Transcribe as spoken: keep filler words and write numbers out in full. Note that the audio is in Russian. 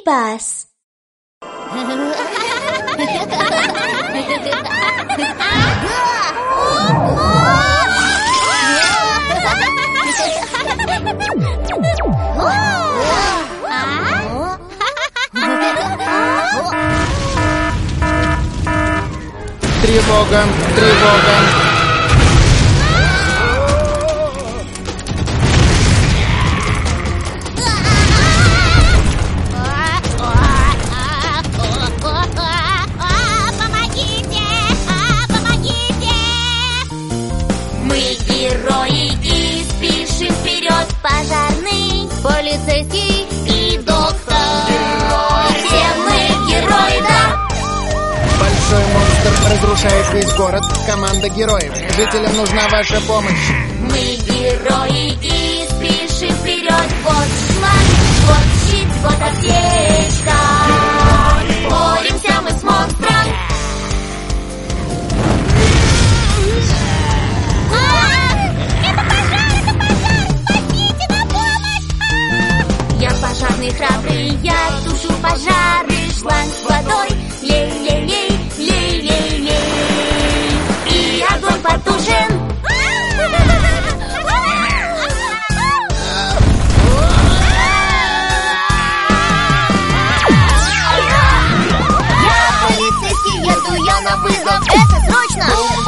пас. Тревога, тревога. Помогите! Помогите! Мы герои и спешим вперед. Пожарный, полицейский и доктор. Все мы герои, да! Большой монстр разрушает весь город. Команда героев. Жителям нужна ваша помощь. Мы герои и спешим вперед. Вот шланг, вот щит, вот аптечка. Боремся мы с монстром. А, это пожар, это пожар! Спасите, на помощь! Я пожарный храбрый, я тушу пожары. Шланг с водой, лей-лей-лей, лей-лей-лей. И огонь потушен. Я полицейский, еду я на вызов. Это срочно!